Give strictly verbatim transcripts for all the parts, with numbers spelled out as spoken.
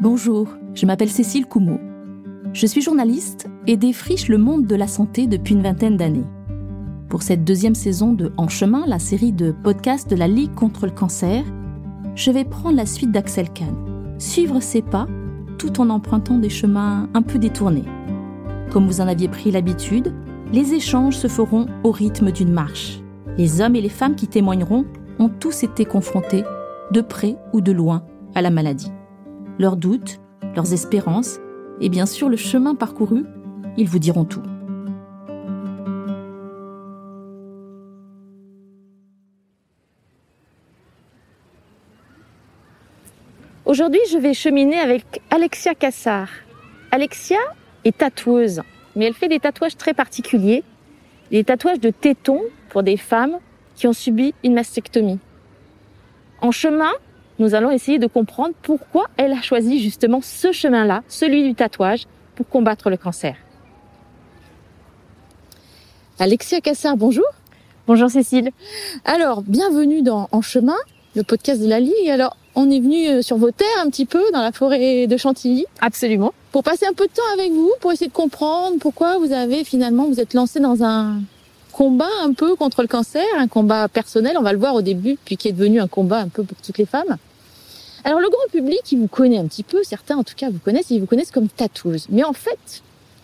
Bonjour, je m'appelle Cécile Coumeau. Je suis journaliste et défriche le monde de la santé depuis une vingtaine d'années. Pour cette deuxième saison de En chemin, la série de podcasts de la Ligue contre le cancer, je vais prendre la suite d'Axel Kahn, suivre ses pas tout en empruntant des chemins un peu détournés. Comme vous en aviez pris l'habitude, les échanges se feront au rythme d'une marche. Les hommes et les femmes qui témoigneront ont tous été confrontés, de près ou de loin, à la maladie. Leurs doutes, leurs espérances et bien sûr le chemin parcouru, ils vous diront tout. Aujourd'hui, je vais cheminer avec Alexia Cassard. Alexia est tatoueuse, mais elle fait des tatouages très particuliers, des tatouages de tétons pour des femmes qui ont subi une mastectomie. En chemin, nous allons essayer de comprendre pourquoi elle a choisi justement ce chemin-là, celui du tatouage, pour combattre le cancer. Alexia Cassard, bonjour. Bonjour Cécile. Alors, bienvenue dans En chemin, le podcast de la Ligue. Alors, on est venu sur vos terres un petit peu, dans la forêt de Chantilly. Absolument. Pour passer un peu de temps avec vous, pour essayer de comprendre pourquoi vous avez finalement, vous êtes lancé dans un combat un peu contre le cancer, un combat personnel, on va le voir au début, puis qui est devenu un combat un peu pour toutes les femmes. Alors le grand public, il vous connaît un petit peu, certains en tout cas vous connaissent, ils vous connaissent comme tatoueuse. Mais en fait,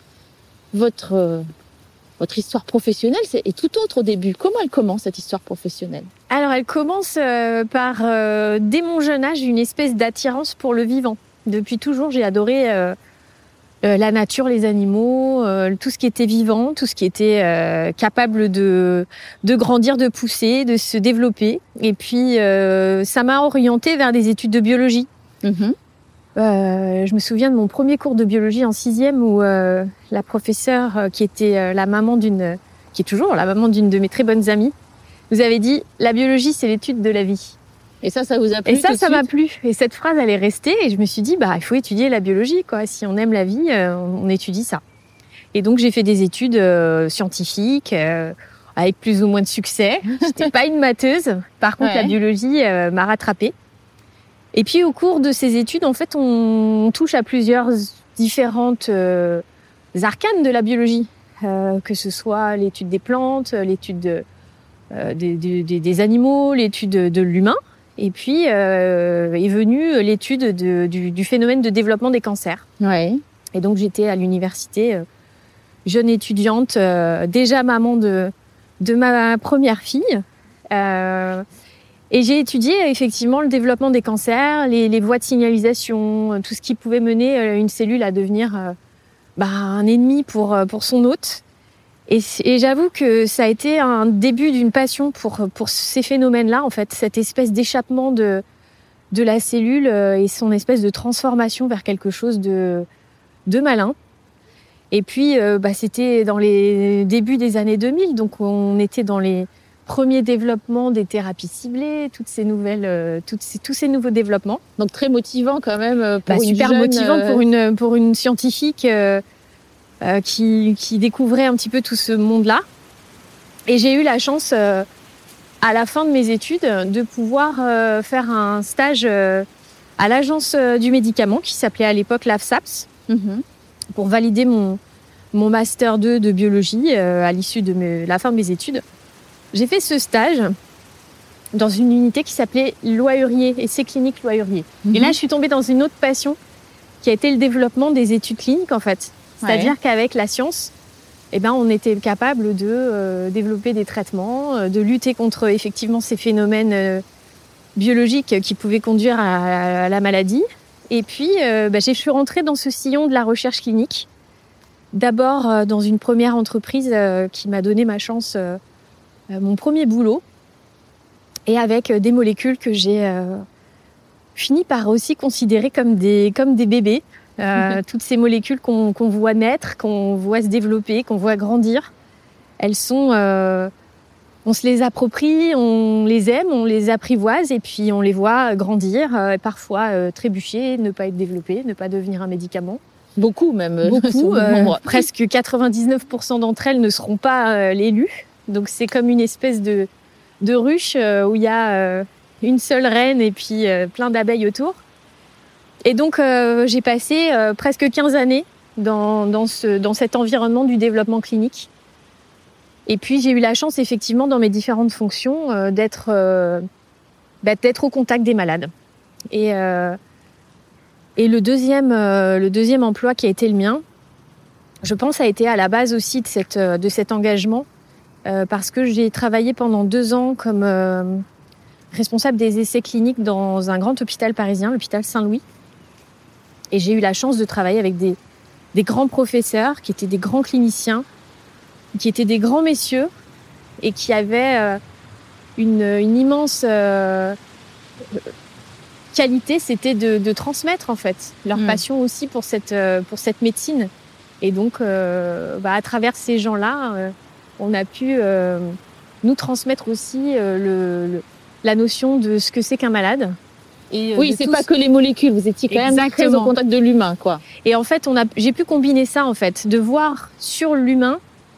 votre, euh, votre histoire professionnelle c'est, est tout autre au début. Comment elle commence, cette histoire professionnelle ? Alors elle commence euh, par, euh, dès mon jeune âge, une espèce d'attirance pour le vivant. Depuis toujours, j'ai adoré euh, euh, la nature, les animaux, euh, tout ce qui était vivant, tout ce qui était euh, capable de, de grandir, de pousser, de se développer. Et puis, euh, ça m'a orientée vers des études de biologie. Mmh. Euh, je me souviens de mon premier cours de biologie en sixième où euh, la professeure, euh, qui était euh, la maman d'une, qui est toujours la maman d'une de mes très bonnes amies, nous avait dit « La biologie, c'est l'étude de la vie ». Et ça, ça vous a plu ? Et ça, tout de ça suite m'a plu. Et cette phrase, elle est restée. Et je me suis dit, bah, il faut étudier la biologie, quoi. Si on aime la vie, euh, on étudie ça. Et donc, j'ai fait des études euh, scientifiques, euh, avec plus ou moins de succès. J'étais pas une matheuse. Par contre, Ouais. la biologie euh, m'a rattrapée. Et puis, au cours de ces études, en fait, on, on touche à plusieurs différentes euh, arcanes de la biologie. Euh, que ce soit l'étude des plantes, l'étude de, euh, des, des, des animaux, l'étude de, de l'humain. Et puis euh, est venue l'étude de, du, du phénomène de développement des cancers. Ouais. Et donc j'étais à l'université, euh, jeune étudiante, euh, déjà maman de, de ma première fille. Euh, et j'ai étudié effectivement le développement des cancers, les, les voies de signalisation, tout ce qui pouvait mener une cellule à devenir euh, bah, un ennemi pour, pour son hôte. Et, et j'avoue que ça a été un début d'une passion pour, pour ces phénomènes-là, en fait, cette espèce d'échappement de, de la cellule et son espèce de transformation vers quelque chose de, de malin. Et puis, euh, bah, c'était dans les débuts des années deux mille, donc on était dans les premiers développements des thérapies ciblées, toutes ces nouvelles, euh, toutes ces, tous ces nouveaux développements. Donc très motivant quand même pour bah, une super jeune, motivant euh... pour une, pour une scientifique euh, Euh, qui, qui découvrait un petit peu tout ce monde-là. Et j'ai eu la chance, euh, à la fin de mes études, de pouvoir euh, faire un stage euh, à l'agence euh, du médicament, qui s'appelait à l'époque l'A F S A P S, Mmh. pour valider mon, mon master deux de biologie euh, à l'issue de mes, la fin de mes études. J'ai fait ce stage dans une unité qui s'appelait Loyurier, essai clinique Loyurier. Mmh. Et là, je suis tombée dans une autre passion, qui a été le développement des études cliniques, en fait. C'est-à-dire ouais. qu'avec la science, eh ben, on était capable de euh, développer des traitements, euh, de lutter contre effectivement ces phénomènes euh, biologiques qui pouvaient conduire à, à, à la maladie. Et puis, euh, bah, je suis rentrée dans ce sillon de la recherche clinique. D'abord euh, dans une première entreprise euh, qui m'a donné ma chance, euh, euh, mon premier boulot, et avec euh, des molécules que j'ai euh, fini par aussi considérer comme des, comme des bébés. Euh, toutes ces molécules qu'on, qu'on voit naître, qu'on voit se développer, qu'on voit grandir, elles sont, euh, on se les approprie, on les aime, on les apprivoise et puis on les voit grandir, euh, parfois euh, trébucher, ne pas être développées, ne pas devenir un médicament. Beaucoup même. Beaucoup, euh, presque quatre-vingt-dix-neuf pour cent d'entre elles ne seront pas euh, l'élu. Donc c'est comme une espèce de, de ruche euh, où il y a euh, une seule reine et puis euh, plein d'abeilles autour. Et donc, euh, j'ai passé euh, presque quinze années dans, dans, ce, dans cet environnement du développement clinique. Et puis, j'ai eu la chance, effectivement, dans mes différentes fonctions, euh, d'être, euh, bah, d'être au contact des malades. Et, euh, et le, deuxième, euh, le deuxième emploi qui a été le mien, je pense, a été à la base aussi de, cette, de cet engagement, euh, parce que j'ai travaillé pendant deux ans comme euh, responsable des essais cliniques dans un grand hôpital parisien, l'hôpital Saint-Louis. Et j'ai eu la chance de travailler avec des, des grands professeurs qui étaient des grands cliniciens, qui étaient des grands messieurs et qui avaient euh, une, une immense euh, qualité, c'était de, de transmettre en fait leur mmh. passion aussi pour cette, euh, pour cette médecine. Et donc, euh, bah, à travers ces gens-là, euh, on a pu euh, nous transmettre aussi euh, le, le, la notion de ce que c'est qu'un malade. Et, euh, oui, c'est tous... pas que les molécules, vous étiez quand Exactement. même très au contact de l'humain, quoi. Et en fait, on a, j'ai pu combiner ça, en fait, de voir sur l'humain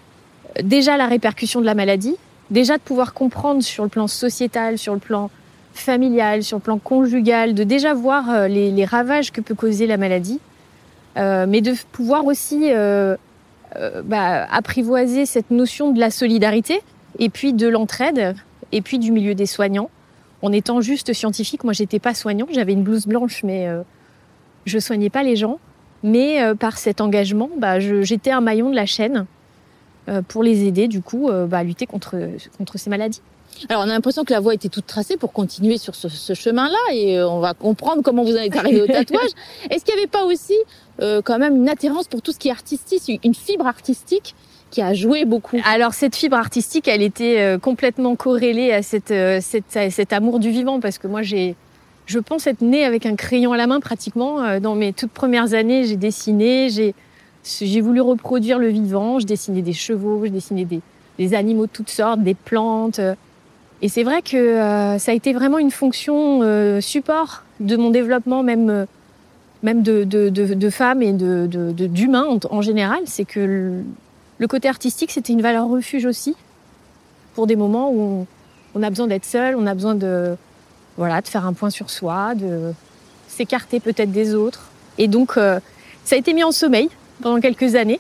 déjà la répercussion de la maladie, déjà de pouvoir comprendre sur le plan sociétal, sur le plan familial, sur le plan conjugal, de déjà voir les, les ravages que peut causer la maladie, euh, mais de pouvoir aussi euh, euh, bah, apprivoiser cette notion de la solidarité et puis de l'entraide et puis du milieu des soignants. En étant juste scientifique, moi j'étais pas soignante, j'avais une blouse blanche, mais euh, je soignais pas les gens. Mais euh, par cet engagement, bah, je, j'étais un maillon de la chaîne euh, pour les aider du coup euh, bah, à lutter contre contre ces maladies. Alors on a l'impression que la voie était toute tracée pour continuer sur ce, ce chemin-là, et euh, on va comprendre comment vous en êtes arrivé au tatouage. Est-ce qu'il n'y avait pas aussi euh, quand même une attirance pour tout ce qui est artistique, une fibre artistique qui a joué beaucoup? Alors cette fibre artistique, elle était euh, complètement corrélée à, cette, euh, cette, à cet amour du vivant, parce que moi j'ai, je pense être née avec un crayon à la main pratiquement. Euh, dans mes toutes premières années, j'ai dessiné, j'ai, j'ai voulu reproduire le vivant, je dessinais des chevaux, je dessinais des, des animaux de toutes sortes, des plantes. Euh, et c'est vrai que euh, ça a été vraiment une fonction euh, support de mon développement, même, euh, même de, de, de, de femme et de, de, de, d'humain en, en général. C'est que le, Le côté artistique, c'était une valeur refuge aussi, pour des moments où on, on a besoin d'être seul, on a besoin de, voilà, de faire un point sur soi, de s'écarter peut-être des autres. Et donc, euh, ça a été mis en sommeil pendant quelques années,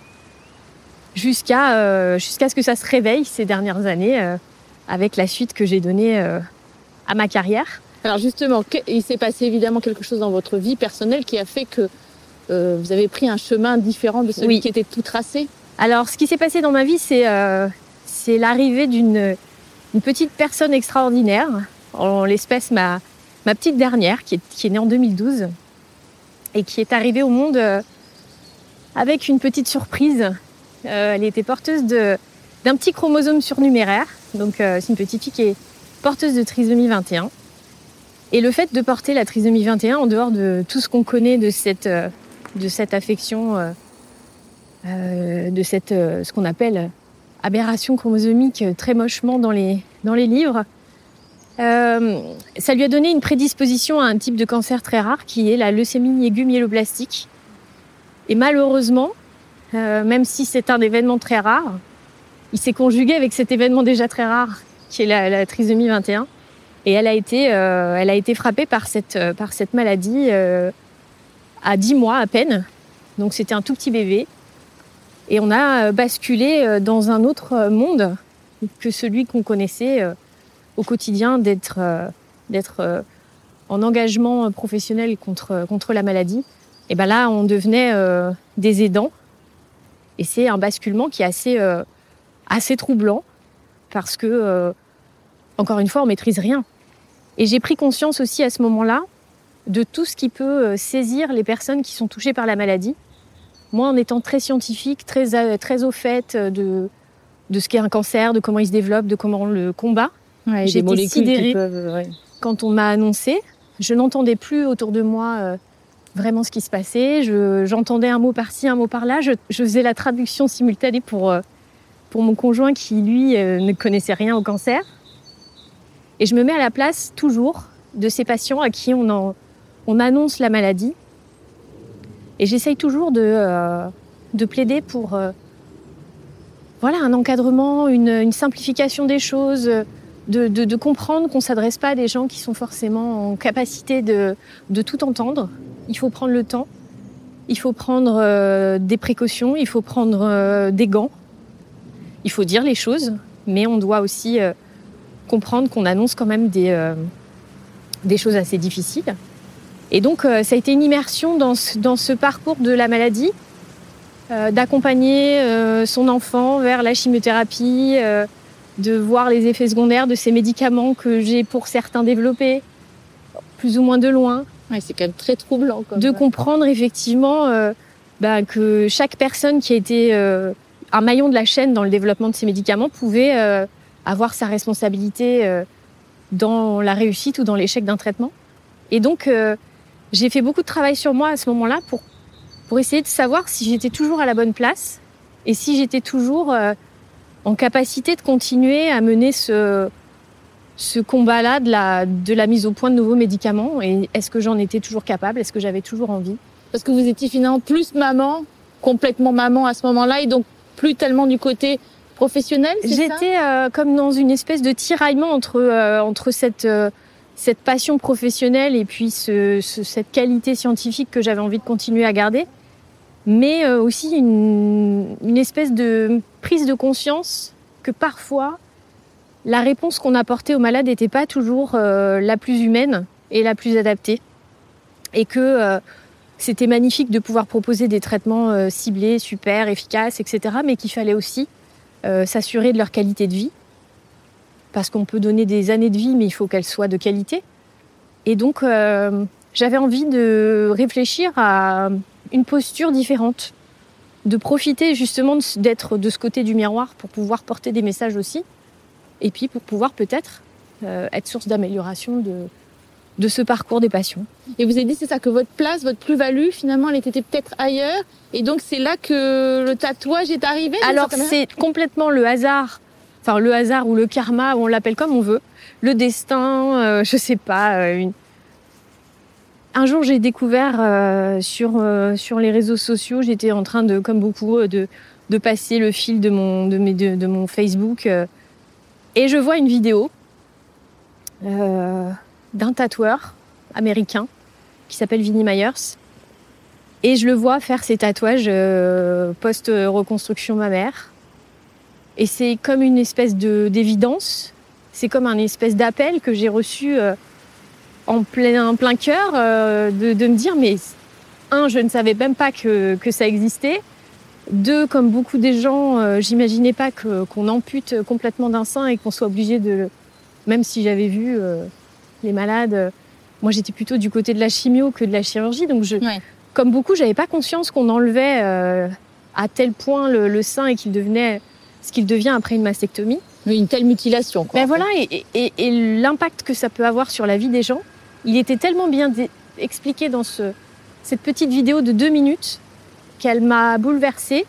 jusqu'à, euh, jusqu'à ce que ça se réveille ces dernières années, euh, avec la suite que j'ai donnée euh, à ma carrière. Alors justement, il s'est passé évidemment quelque chose dans votre vie personnelle qui a fait que euh, vous avez pris un chemin différent de celui oui. qui était tout tracé. Alors, ce qui s'est passé dans ma vie, c'est, euh, c'est l'arrivée d'une une petite personne extraordinaire, en l'espèce ma, ma petite dernière, qui est, qui est née en deux mille douze, et qui est arrivée au monde euh, avec une petite surprise. Euh, elle était porteuse de, d'un petit chromosome surnuméraire, donc euh, c'est une petite fille qui est porteuse de trisomie vingt et un. Et le fait de porter la trisomie vingt et un, en dehors de tout ce qu'on connaît de cette, euh, de cette affection... Euh, Euh, de cette, euh, ce qu'on appelle aberration chromosomique euh, très mochement dans les, dans les livres. Euh, ça lui a donné une prédisposition à un type de cancer très rare qui est la leucémie aiguë myéloblastique. Et malheureusement, euh, même si c'est un événement très rare, il s'est conjugué avec cet événement déjà très rare qui est la, la trisomie vingt et un. Et elle a été, euh, elle a été frappée par cette, par cette maladie euh, à dix mois à peine. Donc c'était un tout petit bébé. Et on a basculé dans un autre monde que celui qu'on connaissait au quotidien, d'être, d'être en engagement professionnel contre, contre la maladie. Et ben là, on devenait des aidants. Et c'est un basculement qui est assez, assez troublant parce que, encore une fois, on maîtrise rien. Et j'ai pris conscience aussi à ce moment-là de tout ce qui peut saisir les personnes qui sont touchées par la maladie. Moi, en étant très scientifique, très, très au fait de, de ce qu'est un cancer, de comment il se développe, de comment on le combat, ouais, j'ai été sidérée peuvent, ouais. quand on m'a annoncé. Je n'entendais plus autour de moi euh, vraiment ce qui se passait. Je, j'entendais un mot par-ci, un mot par-là. Je, je faisais la traduction simultanée pour, euh, pour mon conjoint qui, lui, euh, ne connaissait rien au cancer. Et je me mets à la place, toujours, de ces patients à qui on, en, on annonce la maladie. Et j'essaye toujours de, euh, de plaider pour euh, voilà, un encadrement, une, une simplification des choses, de, de, de comprendre qu'on ne s'adresse pas à des gens qui sont forcément en capacité de, de tout entendre. il faut prendre le temps, il faut prendre euh, des précautions, il faut prendre euh, des gants, il faut dire les choses, mais on doit aussi euh, comprendre qu'on annonce quand même des, euh, des choses assez difficiles. Et donc, euh, ça a été une immersion dans ce, dans ce parcours de la maladie, euh, d'accompagner euh, son enfant vers la chimiothérapie, euh, de voir les effets secondaires de ces médicaments que j'ai pour certains développés, plus ou moins de loin. Ouais, c'est quand même très troublant. Comme de ça. comprendre effectivement euh, bah, que chaque personne qui a été euh, un maillon de la chaîne dans le développement de ces médicaments pouvait euh, avoir sa responsabilité euh, dans la réussite ou dans l'échec d'un traitement. Et donc, euh, j'ai fait beaucoup de travail sur moi à ce moment-là pour, pour essayer de savoir si j'étais toujours à la bonne place et si j'étais toujours euh, en capacité de continuer à mener ce, ce combat-là de la, de la mise au point de nouveaux médicaments. Et est-ce que j'en étais toujours capable? Est-ce que j'avais toujours envie? Parce que vous étiez finalement plus maman, complètement maman à ce moment-là, et donc plus tellement du côté professionnel, c'est ça? J'étais euh, comme dans une espèce de tiraillement entre, euh, entre cette, euh, cette passion professionnelle et puis ce, ce, cette qualité scientifique que j'avais envie de continuer à garder, mais euh, aussi une, une espèce de prise de conscience que parfois, la réponse qu'on apportait aux malades n'était pas toujours euh, la plus humaine et la plus adaptée. Et que euh, c'était magnifique de pouvoir proposer des traitements euh, ciblés, super, efficaces, et cetera. Mais qu'il fallait aussi euh, s'assurer de leur qualité de vie. Parce qu'on peut donner des années de vie, mais il faut qu'elles soient de qualité. Et donc, euh, j'avais envie de réfléchir à une posture différente. De profiter justement d'être de ce côté du miroir pour pouvoir porter des messages aussi. Et puis pour pouvoir peut-être euh, être source d'amélioration de, de ce parcours des patients. Et vous avez dit, c'est ça, que votre place, votre plus-value, finalement, elle était peut-être ailleurs. Et donc c'est là que le tatouage est arrivé? Alors c'est complètement le hasard, enfin le hasard ou le karma, on l'appelle comme on veut. Le destin, euh, je sais pas. Euh, une... Un jour j'ai découvert euh, sur, euh, sur les réseaux sociaux, j'étais en train de, comme beaucoup, de, de passer le fil de mon, de mes, de, de mon Facebook. Euh, Et je vois une vidéo euh, d'un tatoueur américain qui s'appelle Vinnie Myers. Et je le vois faire ses tatouages euh, post-reconstruction mammaire. Et c'est comme une espèce de, d'évidence. C'est comme un espèce d'appel que j'ai reçu euh, en plein, en plein cœur euh, de, de me dire, mais un, je ne savais même pas que, que ça existait. Deux, comme beaucoup des gens, euh, j'imaginais pas que, qu'on ampute complètement d'un sein et qu'on soit obligé de... Même si j'avais vu euh, les malades, euh, moi j'étais plutôt du côté de la chimio que de la chirurgie. Donc, je, ouais. Comme beaucoup, j'avais pas conscience qu'on enlevait euh, à tel point le, le sein et qu'il devenait ce qu'il devient après une mastectomie. Une telle mutilation, quoi. Ben voilà, et, et, et l'impact que ça peut avoir sur la vie des gens, il était tellement bien dé- expliqué dans ce, cette petite vidéo de deux minutes qu'elle m'a bouleversée.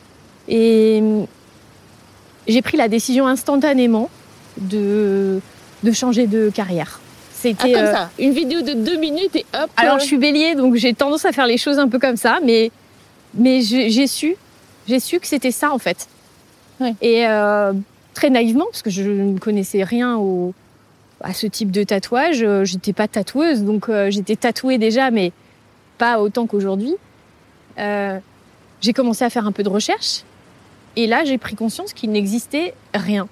Et j'ai pris la décision instantanément de, de changer de carrière. C'était, ah, comme euh... ça, une vidéo de deux minutes et hop. Alors, je suis bélier, donc j'ai tendance à faire les choses un peu comme ça, mais, mais j'ai, j'ai su, j'ai su que c'était ça, en fait. Ouais. Et euh, très naïvement, parce que je ne connaissais rien au, à ce type de tatouage, euh, j'étais pas tatoueuse, donc euh, j'étais tatouée déjà, mais pas autant qu'aujourd'hui. Euh, j'ai commencé à faire un peu de recherche, et là, j'ai pris conscience qu'il n'existait rien.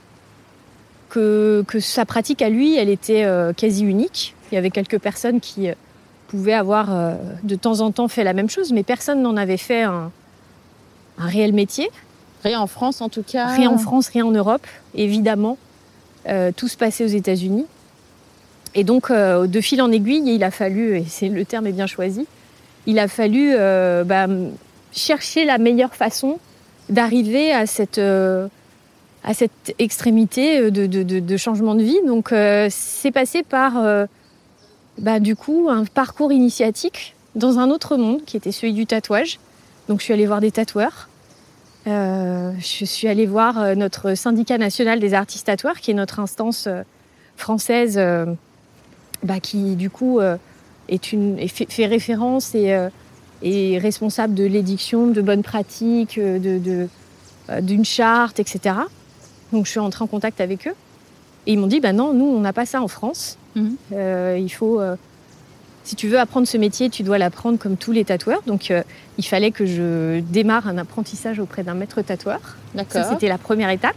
Que, que sa pratique à lui, elle était euh, quasi unique. Il y avait quelques personnes qui euh, pouvaient avoir euh, de temps en temps fait la même chose, mais personne n'en avait fait un, un réel métier. Rien en France, en tout cas. Rien en France, rien en Europe. Évidemment, euh, tout se passait aux États-Unis. Et donc, euh, de fil en aiguille, il a fallu, et c'est, le terme est bien choisi, il a fallu euh, bah, chercher la meilleure façon d'arriver à cette... Euh, à cette extrémité de, de, de, de changement de vie. Donc, euh, c'est passé par, euh, bah, du coup, un parcours initiatique dans un autre monde, qui était celui du tatouage. Donc, je suis allée voir des tatoueurs. Euh, je suis allée voir notre syndicat national des artistes tatoueurs, qui est notre instance euh, française, euh, bah, qui, du coup, euh, est une, est fait, fait référence et euh, est responsable de l'édiction de bonnes pratiques, de, de, euh, d'une charte, et cetera. Donc, je suis entrée en contact avec eux. Et ils m'ont dit, bah non, nous, on n'a pas ça en France. Mmh. Euh, il faut... Euh, si tu veux apprendre ce métier, tu dois l'apprendre comme tous les tatoueurs. Donc, euh, il fallait que je démarre un apprentissage auprès d'un maître tatoueur. D'accord. Ça, c'était la première étape.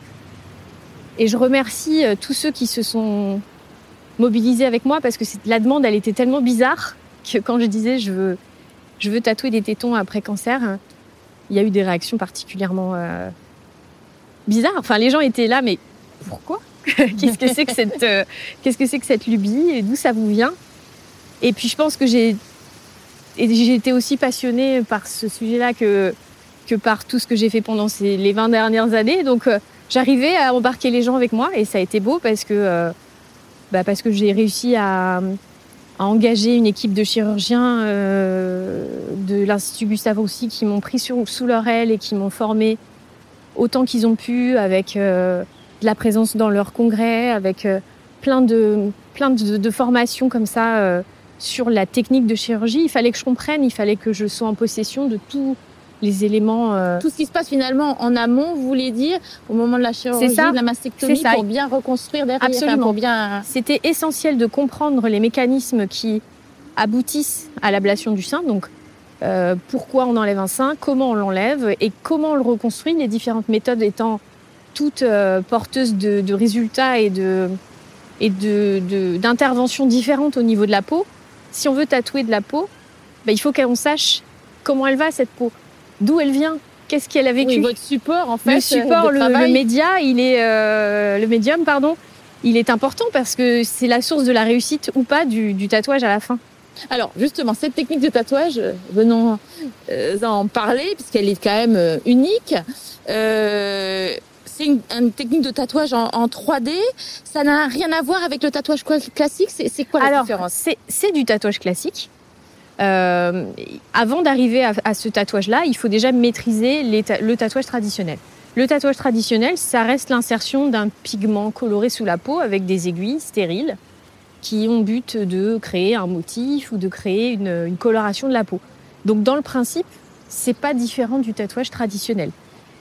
Et je remercie euh, tous ceux qui se sont mobilisés avec moi parce que c'est, la demande, elle était tellement bizarre que quand je disais je veux, je veux tatouer des tétons après cancer, il y a eu des réactions particulièrement euh, bizarres. Enfin, les gens étaient là, mais pourquoi ? Qu'est-ce que c'est que cette, euh, qu'est-ce que c'est que cette lubie et d'où ça vous vient ? Et puis je pense que j'ai, et j'ai été aussi passionnée par ce sujet-là que, que par tout ce que j'ai fait pendant ces, les vingt dernières années. Donc euh, j'arrivais à embarquer les gens avec moi et ça a été beau parce que, euh, bah parce que j'ai réussi à, à engager une équipe de chirurgiens euh, de l'Institut Gustave Roussy qui m'ont pris sur, sous leur aile et qui m'ont formé autant qu'ils ont pu avec euh, de la présence dans leurs congrès, avec euh, plein de, plein de, de formations comme ça euh, sur la technique de chirurgie. Il fallait que je comprenne, il fallait que je sois en possession de tous les éléments. Euh... Tout ce qui se passe finalement en amont, vous voulez dire, au moment de la chirurgie, c'est ça, de la mastectomie, c'est ça. Pour bien reconstruire derrière. Absolument. Enfin, pour bien... C'était essentiel de comprendre les mécanismes qui aboutissent à l'ablation du sein. Donc, euh, pourquoi on enlève un sein, comment on l'enlève et comment on le reconstruit, les différentes méthodes étant toutes euh, porteuses de, de résultats et de et de, de, d'interventions différentes au niveau de la peau. Si on veut tatouer de la peau, ben, il faut qu'on sache comment elle va, cette peau. D'où elle vient, qu'est-ce qu'elle a vécu. Oui, votre support, en fait. Le support, le, le média, il est, euh, le médium, pardon, il est important parce que c'est la source de la réussite ou pas du, du tatouage à la fin. Alors, justement, cette technique de tatouage, venons euh, en parler, puisqu'elle est quand même euh, unique. Euh, c'est une, une technique de tatouage en, en trois D. Ça n'a rien à voir avec le tatouage classique. C'est, c'est quoi la Alors, différence ? c'est, c'est du tatouage classique. Euh, avant d'arriver à, à ce tatouage-là, il faut déjà maîtriser les ta- le tatouage traditionnel. Le tatouage traditionnel, ça reste l'insertion d'un pigment coloré sous la peau avec des aiguilles stériles qui ont but de créer un motif ou de créer une, une coloration de la peau. Donc, dans le principe, c'est pas différent du tatouage traditionnel.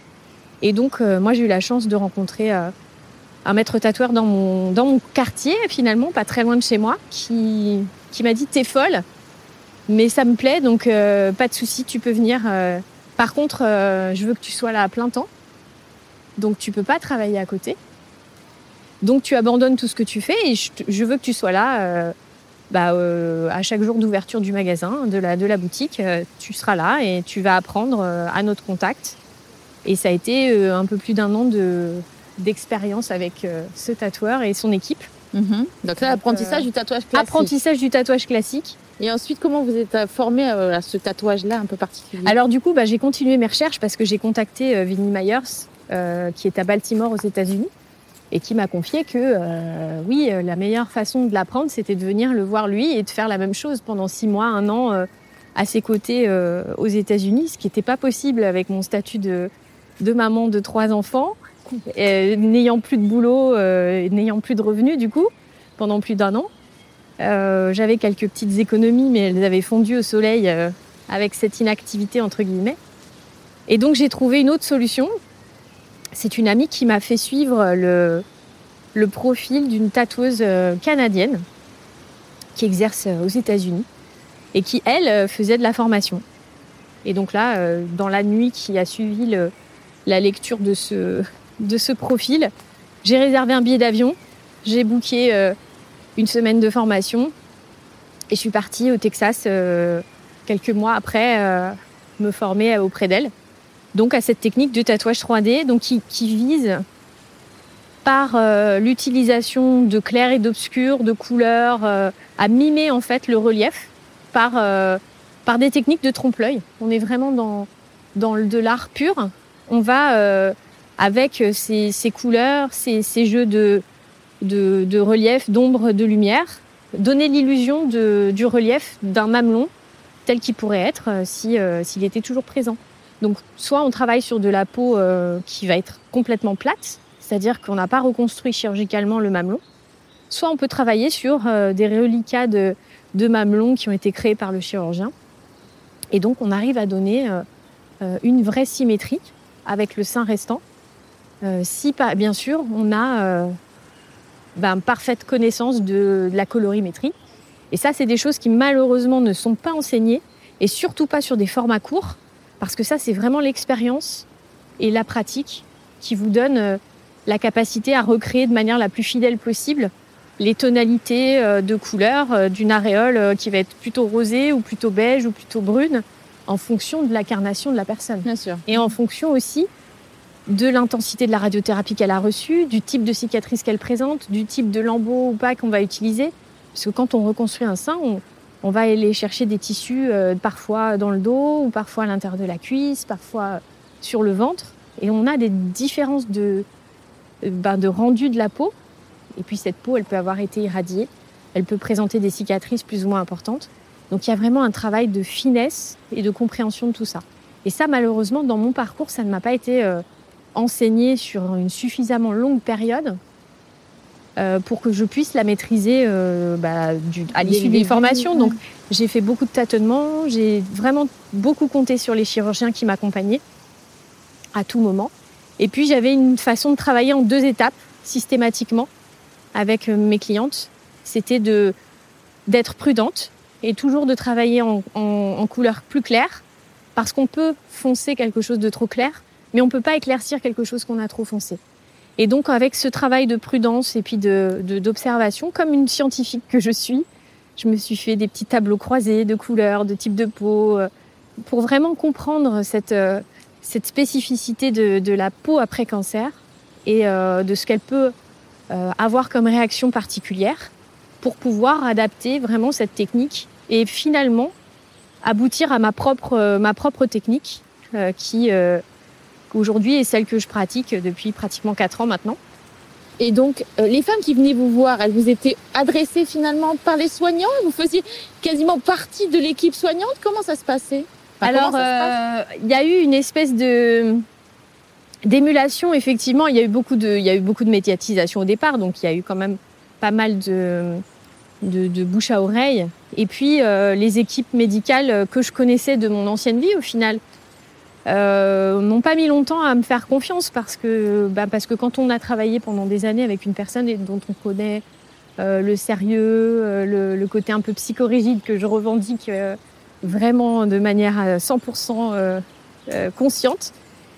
Et donc, euh, moi, j'ai eu la chance de rencontrer euh, un maître tatoueur dans mon, dans mon quartier, finalement, pas très loin de chez moi, qui, qui m'a dit « T'es folle, mais ça me plaît, donc euh, pas de souci, tu peux venir. Euh, par contre, euh, je veux que tu sois là à plein temps, donc tu peux pas travailler à côté. Donc tu abandonnes tout ce que tu fais et je, je veux que tu sois là euh, bah, euh, à chaque jour d'ouverture du magasin, de la, de la boutique. Euh, tu seras là et tu vas apprendre euh, à notre contact. » Et ça a été euh, un peu plus d'un an de, d'expérience avec euh, ce tatoueur et son équipe. Mm-hmm. Donc là, apprentissage euh, du tatouage classique. Apprentissage du tatouage classique. Et ensuite, comment vous êtes formé à ce tatouage-là un peu particulier ? Alors du coup, bah, j'ai continué mes recherches parce que j'ai contacté euh, Vinnie Myers, euh, qui est à Baltimore aux États-Unis, et qui m'a confié que euh, oui, euh, la meilleure façon de l'apprendre, c'était de venir le voir lui et de faire la même chose pendant six mois, un an euh, à ses côtés euh, aux États-Unis, ce qui n'était pas possible avec mon statut de, de maman de trois enfants, euh, n'ayant plus de boulot, euh, n'ayant plus de revenus du coup, pendant plus d'un an. Euh, j'avais quelques petites économies, mais elles avaient fondu au soleil euh, avec cette inactivité entre guillemets. Et donc j'ai trouvé une autre solution. C'est une amie qui m'a fait suivre le, le profil d'une tatoueuse canadienne qui exerce aux États-Unis et qui, elle, faisait de la formation. Et donc là, dans la nuit qui a suivi le, la lecture de ce, de ce profil, j'ai réservé un billet d'avion, j'ai booké euh, une semaine de formation et je suis partie au Texas euh, quelques mois après euh, me former auprès d'elle. Donc à cette technique de tatouage trois D, donc qui, qui vise par euh, l'utilisation de clair et d'obscur, de couleurs, euh, à mimer en fait le relief par euh, par des techniques de trompe-l'œil. On est vraiment dans dans de l'art pur. On va euh, avec ces, ces couleurs, ces, ces jeux de de, de relief, d'ombre, de lumière, donner l'illusion de, du relief d'un mamelon tel qu'il pourrait être euh, si euh, s'il était toujours présent. Donc, soit on travaille sur de la peau euh, qui va être complètement plate, c'est-à-dire qu'on n'a pas reconstruit chirurgicalement le mamelon, soit on peut travailler sur euh, des reliquats de, de mamelons qui ont été créés par le chirurgien. Et donc, on arrive à donner euh, euh, une vraie symétrie avec le sein restant, euh, si, bien sûr, on a euh, ben, parfaite connaissance de, de la colorimétrie Et ça, c'est des choses qui malheureusement ne sont pas enseignées, et surtout pas sur des formats courts, parce que ça, c'est vraiment l'expérience et la pratique qui vous donnent euh, la capacité à recréer de manière la plus fidèle possible les tonalités euh, de couleurs euh, d'une aréole euh, qui va être plutôt rosée ou plutôt beige ou plutôt brune, en fonction de l'incarnation de la personne. Bien sûr. Et en fonction aussi de l'intensité de la radiothérapie qu'elle a reçue, du type de cicatrice qu'elle présente, du type de lambeau ou pas qu'on va utiliser. Parce que quand on reconstruit un sein, on, on va aller chercher des tissus euh, parfois dans le dos ou parfois à l'intérieur de la cuisse, parfois sur le ventre. Et on a des différences de, euh, ben, de rendu de la peau. Et puis cette peau, elle peut avoir été irradiée. Elle peut présenter des cicatrices plus ou moins importantes. Donc il y a vraiment un travail de finesse et de compréhension de tout ça. Et ça, malheureusement, dans mon parcours, ça ne m'a pas été euh, enseigné sur une suffisamment longue période euh, pour que je puisse la maîtriser euh, bah, du, à l'issue d'une formation. Donc j'ai fait beaucoup de tâtonnements, j'ai vraiment beaucoup compté sur les chirurgiens qui m'accompagnaient à tout moment. Et puis j'avais une façon de travailler en deux étapes, systématiquement, avec mes clientes. C'était de, d'être prudente et toujours de travailler en, en, en couleur plus claire, parce qu'on peut foncer quelque chose de trop clair, mais on ne peut pas éclaircir quelque chose qu'on a trop foncé. Et donc avec ce travail de prudence et puis de, de, d'observation, comme une scientifique que je suis, je me suis fait des petits tableaux croisés de couleurs, de types de peau, pour vraiment comprendre cette, cette spécificité de, de la peau après cancer et euh, de ce qu'elle peut euh, avoir comme réaction particulière, pour pouvoir adapter vraiment cette technique et finalement aboutir à ma propre, euh, ma propre technique euh, qui euh, aujourd'hui est celle que je pratique depuis pratiquement quatre ans maintenant. Et donc, euh, les femmes qui venaient vous voir, elles vous étaient adressées finalement par les soignants? Vous faisiez quasiment partie de l'équipe soignante? Comment ça se passait? Enfin, Alors, il euh, y a eu une espèce de d'émulation, effectivement. Il y a eu beaucoup de, il y a eu beaucoup de médiatisation au départ, donc il y a eu quand même pas mal de, de, de bouche à oreille. Et puis, euh, les équipes médicales que je connaissais de mon ancienne vie, au final, euh, n'ont pas mis longtemps à me faire confiance parce que, bah, parce que quand on a travaillé pendant des années avec une personne et dont on connaît euh, le sérieux, euh, le, le côté un peu psychorigide que je revendique euh, vraiment de manière cent pour cent euh, euh, consciente,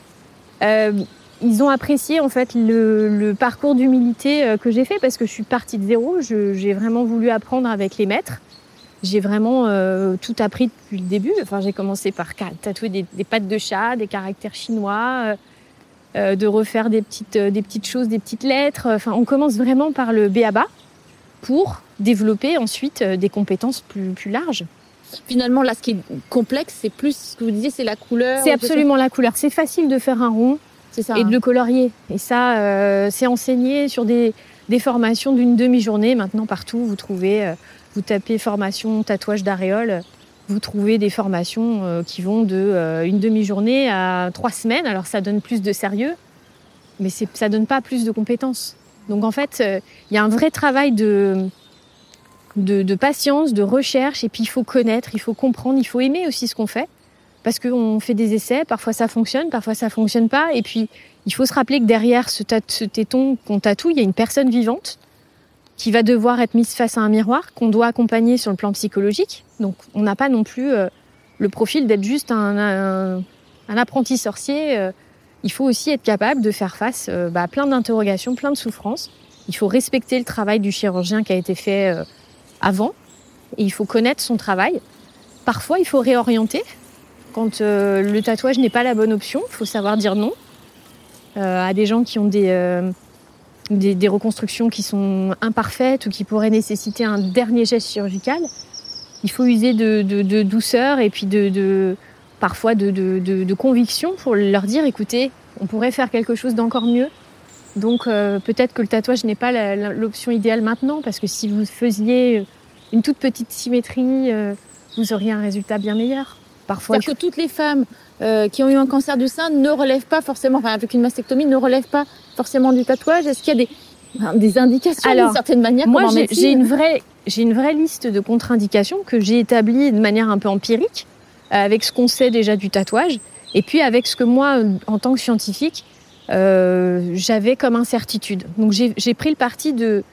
euh, ils ont apprécié en fait le, le parcours d'humilité que j'ai fait parce que je suis partie de zéro. Je, j'ai vraiment voulu apprendre avec les maîtres. J'ai vraiment euh, tout appris depuis le début. Enfin, j'ai commencé par tatouer des, des pattes de chat, des caractères chinois, euh, de refaire des petites, euh, des petites choses, des petites lettres. Enfin, on commence vraiment par le b a ba pour développer ensuite euh, des compétences plus, plus larges. Finalement, là, ce qui est complexe, c'est plus ce que vous disiez, c'est la couleur. C'est absolument la couleur. C'est facile de faire un rond c'est ça, et hein. de le colorier. Et ça, euh, c'est enseigné sur des, des formations d'une demi-journée. Maintenant, partout, vous trouvez, euh, vous tapez formation tatouage d'aréole, vous trouvez des formations euh, qui vont de euh, une demi-journée à trois semaines. Alors, ça donne plus de sérieux, mais c'est, ça donne pas plus de compétences. Donc, en fait, il euh, y a un vrai travail de... De, de patience, de recherche, et puis il faut connaître, il faut comprendre, il faut aimer aussi ce qu'on fait, parce qu'on fait des essais, parfois ça fonctionne, parfois ça fonctionne pas, et puis il faut se rappeler que derrière ce, tat- ce téton qu'on tatoue, il y a une personne vivante qui va devoir être mise face à un miroir, qu'on doit accompagner sur le plan psychologique, donc on n'a pas non plus euh, le profil d'être juste un, un, un apprenti sorcier, euh, il faut aussi être capable de faire face euh, bah, à plein d'interrogations, plein de souffrances, il faut respecter le travail du chirurgien qui a été fait euh, avant, et il faut connaître son travail. Parfois, il faut réorienter. Quand euh, le tatouage n'est pas la bonne option, il faut savoir dire non euh, à des gens qui ont des, euh, des, des reconstructions qui sont imparfaites ou qui pourraient nécessiter un dernier geste chirurgical. Il faut user de, de, de douceur et puis de, de, parfois de, de, de, de conviction pour leur dire, écoutez, on pourrait faire quelque chose d'encore mieux. Donc euh, peut-être que le tatouage n'est pas la, la, l'option idéale maintenant, parce que si vous faisiez une toute petite symétrie, euh, vous auriez un résultat bien meilleur. Parfois, c'est-à-dire que toutes les femmes euh, qui ont eu un cancer du sein ne relèvent pas forcément, enfin avec une mastectomie, ne relèvent pas forcément du tatouage. Est-ce qu'il y a des, enfin, des indications Alors, d'une certaine manière? Moi, j'ai, j'ai, une vraie, j'ai une vraie liste de contre-indications que j'ai établie de manière un peu empirique, euh, avec ce qu'on sait déjà du tatouage, et puis avec ce que moi, en tant que scientifique, Euh, j'avais comme incertitude. Donc j'ai, j'ai pris le parti de,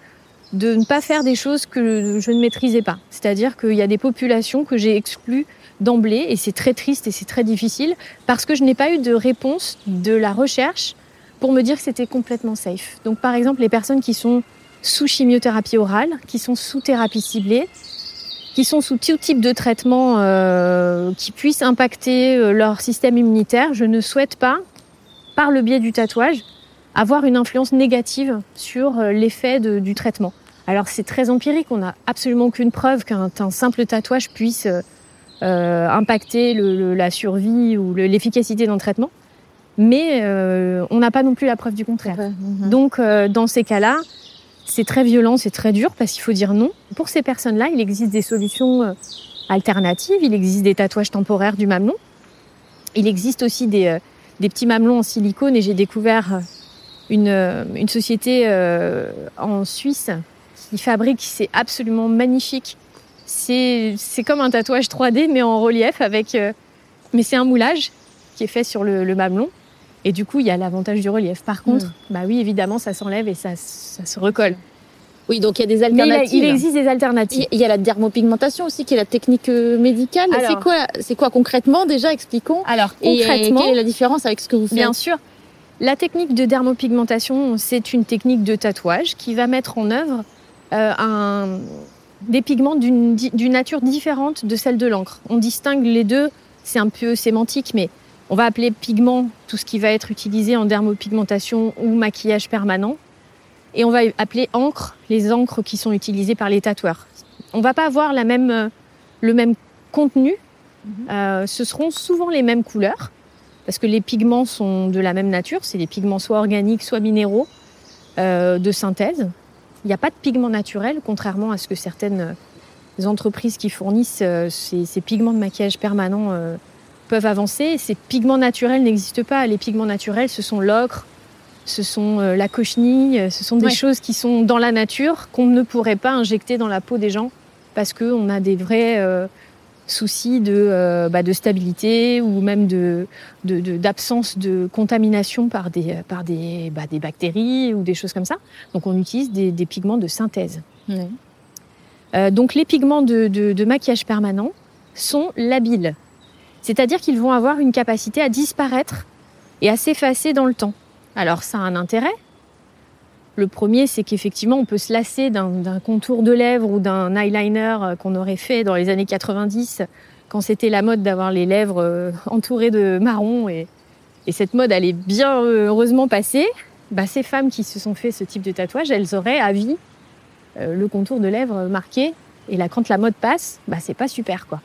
de ne pas faire des choses que je ne maîtrisais pas. C'est-à-dire qu'il y a des populations que j'ai exclues d'emblée, et c'est très triste et c'est très difficile, parce que je n'ai pas eu de réponse de la recherche pour me dire que c'était complètement safe. Donc par exemple, les personnes qui sont sous chimiothérapie orale, qui sont sous thérapie ciblée, qui sont sous tout type de traitement euh, qui puisse impacter euh, leur système immunitaire, je ne souhaite pas, par le biais du tatouage, avoir une influence négative sur euh, l'effet de, du traitement. Alors c'est très empirique, on n'a absolument aucune preuve qu'un un simple tatouage puisse euh, euh, impacter le, le, la survie ou le, l'efficacité d'un traitement, mais euh, on n'a pas non plus la preuve du contraire. Ouais. Mmh. Donc euh, dans ces cas-là, c'est très violent, c'est très dur parce qu'il faut dire non. Pour ces personnes-là, il existe des solutions euh, alternatives, il existe des tatouages temporaires du mamelon, il existe aussi des, euh, des petits mamelons en silicone, et j'ai découvert une, euh, une société euh, en Suisse qui fabrique, c'est absolument magnifique. C'est, c'est comme un tatouage trois D mais en relief avec, euh, mais c'est un moulage qui est fait sur le, le mamelon. Et du coup, il y a l'avantage du relief. Par contre, mmh. bah oui, évidemment, ça s'enlève et ça, ça se recolle. Oui, donc il y a des alternatives. Mais il, a, il existe des alternatives. Il y a la dermopigmentation aussi, qui est la technique médicale. Alors, c'est quoi, c'est quoi concrètement déjà, expliquons. Alors concrètement, et quelle est la différence avec ce que vous faites? Bien sûr, la technique de dermopigmentation, c'est une technique de tatouage qui va mettre en œuvre euh, un, des pigments d'une, d'une nature différente de celle de l'encre. On distingue les deux, c'est un peu sémantique, mais on va appeler pigment tout ce qui va être utilisé en dermopigmentation ou maquillage permanent. Et on va appeler encre les encres qui sont utilisées par les tatoueurs. On ne va pas avoir la même, le même contenu. Mmh. Euh, ce seront souvent les mêmes couleurs, parce que les pigments sont de la même nature. C'est des pigments soit organiques, soit minéraux, euh, de synthèse. Il n'y a pas de pigments naturels, contrairement à ce que certaines entreprises qui fournissent euh, ces, ces pigments de maquillage permanent euh, peuvent avancer. Ces pigments naturels n'existent pas. Les pigments naturels, ce sont l'ocre, ce sont euh, la cochenille, ce sont des ouais. choses qui sont dans la nature qu'on ne pourrait pas injecter dans la peau des gens parce qu'on a des vrais euh, soucis de, euh, bah, de stabilité ou même de, de, de, d'absence de contamination par des, par des, bah, des bactéries ou des choses comme ça. Donc on utilise des, des pigments de synthèse. Ouais. Euh, donc les pigments de, de, de maquillage permanent sont labiles. C'est-à-dire qu'ils vont avoir une capacité à disparaître et à s'effacer dans le temps. Alors, ça a un intérêt. Le premier, c'est qu'effectivement, on peut se lasser d'un, d'un contour de lèvres ou d'un eyeliner qu'on aurait fait dans les années quatre-vingt-dix, quand c'était la mode d'avoir les lèvres entourées de marron. Et, et cette mode, elle est bien heureusement passée. Bah, ces femmes qui se sont fait ce type de tatouage, elles auraient à vie euh, le contour de lèvres marqué. Et là, quand la mode passe, bah, c'est pas super, quoi.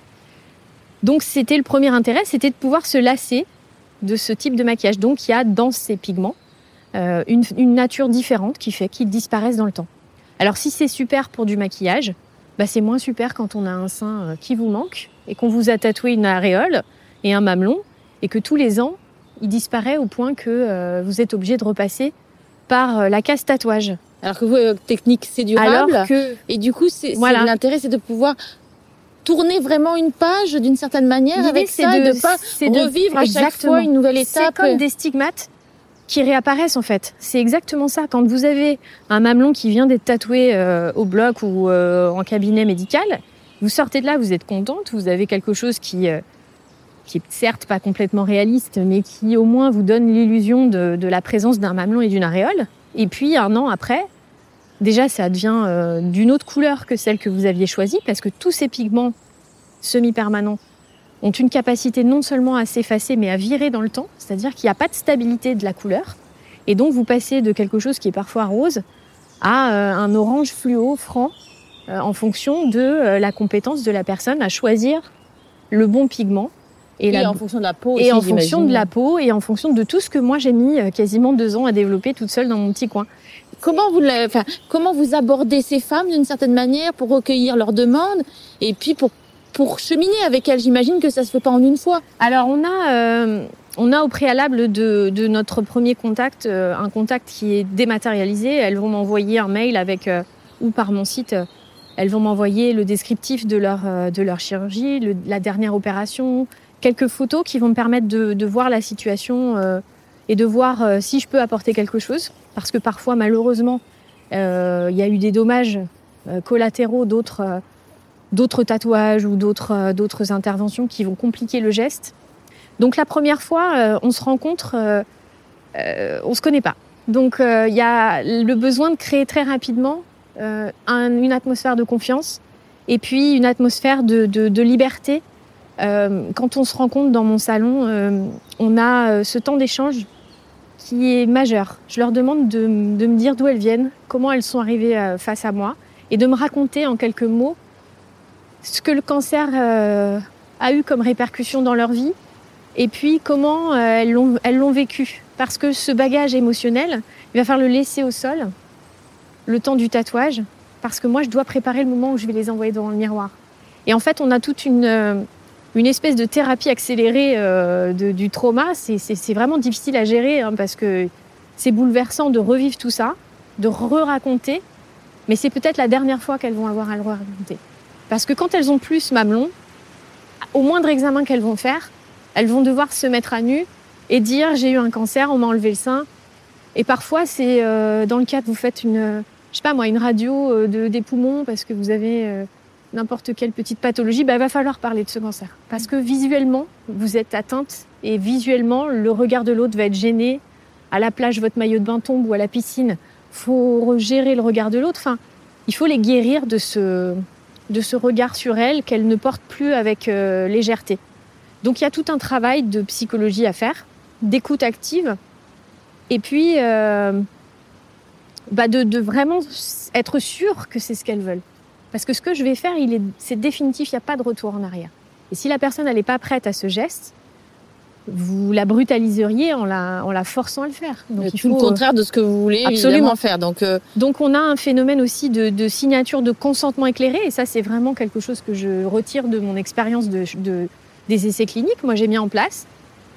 Donc, c'était le premier intérêt, c'était de pouvoir se lasser de ce type de maquillage. Donc, il y a dans ces pigments euh, une, une nature différente qui fait qu'ils disparaissent dans le temps. Alors, si c'est super pour du maquillage, bah, c'est moins super quand on a un sein euh, qui vous manque et qu'on vous a tatoué une aréole et un mamelon et que tous les ans, il disparaît au point que euh, vous êtes obligé de repasser par euh, la case tatouage. Alors que vous, votre technique, c'est durable. Alors que, et du coup, c'est, voilà. c'est, l'intérêt, c'est de pouvoir tourner vraiment une page d'une certaine manière. L'idée, avec ça, de, et de pas revivre de, à chaque fois une nouvelle étape. C'est comme des stigmates qui réapparaissent en fait. C'est exactement ça. Quand vous avez un mamelon qui vient d'être tatoué euh, au bloc ou euh, en cabinet médical, vous sortez de là, vous êtes contente, vous avez quelque chose qui, euh, qui est certes pas complètement réaliste, mais qui au moins vous donne l'illusion de, de la présence d'un mamelon et d'une aréole. Et puis un an après, déjà, ça devient euh, d'une autre couleur que celle que vous aviez choisie, parce que tous ces pigments semi-permanents ont une capacité non seulement à s'effacer, mais à virer dans le temps. C'est-à-dire qu'il n'y a pas de stabilité de la couleur. Et donc, vous passez de quelque chose qui est parfois rose à euh, un orange fluo franc euh, en fonction de euh, la compétence de la personne à choisir le bon pigment. Et, et la... en fonction de la peau Et aussi, en fonction de la peau et en fonction de tout ce que moi, j'ai mis euh, quasiment deux ans à développer toute seule dans mon petit coin. Comment vous, enfin, comment vous abordez ces femmes d'une certaine manière pour recueillir leurs demandes et puis pour, pour cheminer avec elles? J'imagine que ça se fait pas en une fois. Alors, on a, euh, on a au préalable de, de notre premier contact, euh, un contact qui est dématérialisé. Elles vont m'envoyer un mail avec, euh, ou par mon site, euh, elles vont m'envoyer le descriptif de leur, euh, de leur chirurgie, le, la dernière opération, quelques photos qui vont me permettre de, de voir la situation euh, et de voir euh, si je peux apporter quelque chose. Parce que parfois, malheureusement, Euh, il y a eu des dommages euh, collatéraux d'autres, euh, d'autres tatouages ou d'autres, euh, d'autres interventions qui vont compliquer le geste. Donc la première fois, euh, on se rencontre, euh, euh, on se connaît pas. Donc il euh, y a le besoin de créer très rapidement euh, un, une atmosphère de confiance et puis une atmosphère de, de, de liberté. Euh, quand on se rencontre dans mon salon, euh, on a euh, ce temps d'échange qui est majeur. Je leur demande de, de me dire d'où elles viennent, comment elles sont arrivées euh, face à moi, et de me raconter en quelques mots ce que le cancer euh, a eu comme répercussion dans leur vie, et puis comment euh, elles l'ont, elles l'ont vécu. Parce que ce bagage émotionnel, il va falloir le laisser au sol, le temps du tatouage, parce que moi, je dois préparer le moment où je vais les envoyer devant le miroir. Et en fait, on a toute une... Euh, une espèce de thérapie accélérée euh, de, du trauma. C'est, c'est, c'est vraiment difficile à gérer hein, parce que c'est bouleversant de revivre tout ça, de re-raconter, mais c'est peut-être la dernière fois qu'elles vont avoir à le re-raconter. Parce que quand elles ont plus ce mamelon, au moindre examen qu'elles vont faire, elles vont devoir se mettre à nu et dire « j'ai eu un cancer, on m'a enlevé le sein ». Et parfois, c'est euh, dans le cas que vous faites une, je sais pas moi, une radio euh, de, des poumons parce que vous avez... Euh, n'importe quelle petite pathologie, bah, il va falloir parler de ce cancer. Parce que visuellement, vous êtes atteinte et visuellement, le regard de l'autre va être gêné. À la plage, votre maillot de bain tombe ou à la piscine, il faut gérer le regard de l'autre. Enfin, il faut les guérir de ce, de ce regard sur elles qu'elles ne portent plus avec euh, légèreté. Donc, il y a tout un travail de psychologie à faire, d'écoute active, et puis euh, bah de, de vraiment être sûr que c'est ce qu'elles veulent. Parce que ce que je vais faire, il est, c'est définitif, il n'y a pas de retour en arrière. Et si la personne n'est pas prête à ce geste, vous la brutaliseriez en la, en la forçant à le faire. Donc, il faut tout le contraire de ce que vous voulez absolument faire. Donc, euh... Donc on a un phénomène aussi de, de signature de consentement éclairé. Et ça, c'est vraiment quelque chose que je retire de mon expérience de, de, des essais cliniques. Moi, j'ai mis en place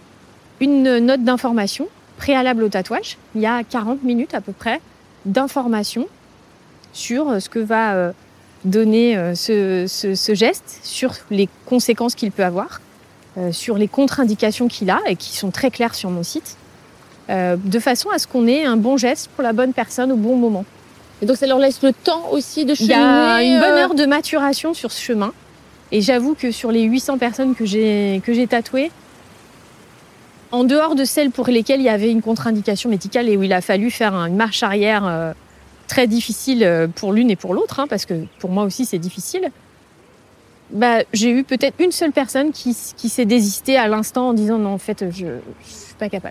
une note d'information préalable au tatouage. Il y a quarante minutes à peu près d'information sur ce que va... Euh, donner euh, ce, ce, ce geste, sur les conséquences qu'il peut avoir, euh, sur les contre-indications qu'il a et qui sont très claires sur mon site, euh, de façon à ce qu'on ait un bon geste pour la bonne personne au bon moment. Et donc ça leur laisse le temps aussi de cheminer. Il y a une bonne heure de maturation sur ce chemin. Et j'avoue que sur les huit cents personnes que j'ai, que j'ai tatouées, en dehors de celles pour lesquelles il y avait une contre-indication médicale et où il a fallu faire une marche arrière euh, très difficile pour l'une et pour l'autre, hein, parce que pour moi aussi c'est difficile, bah, j'ai eu peut-être une seule personne qui, qui s'est désistée à l'instant en disant non, en fait, je ne suis pas capable.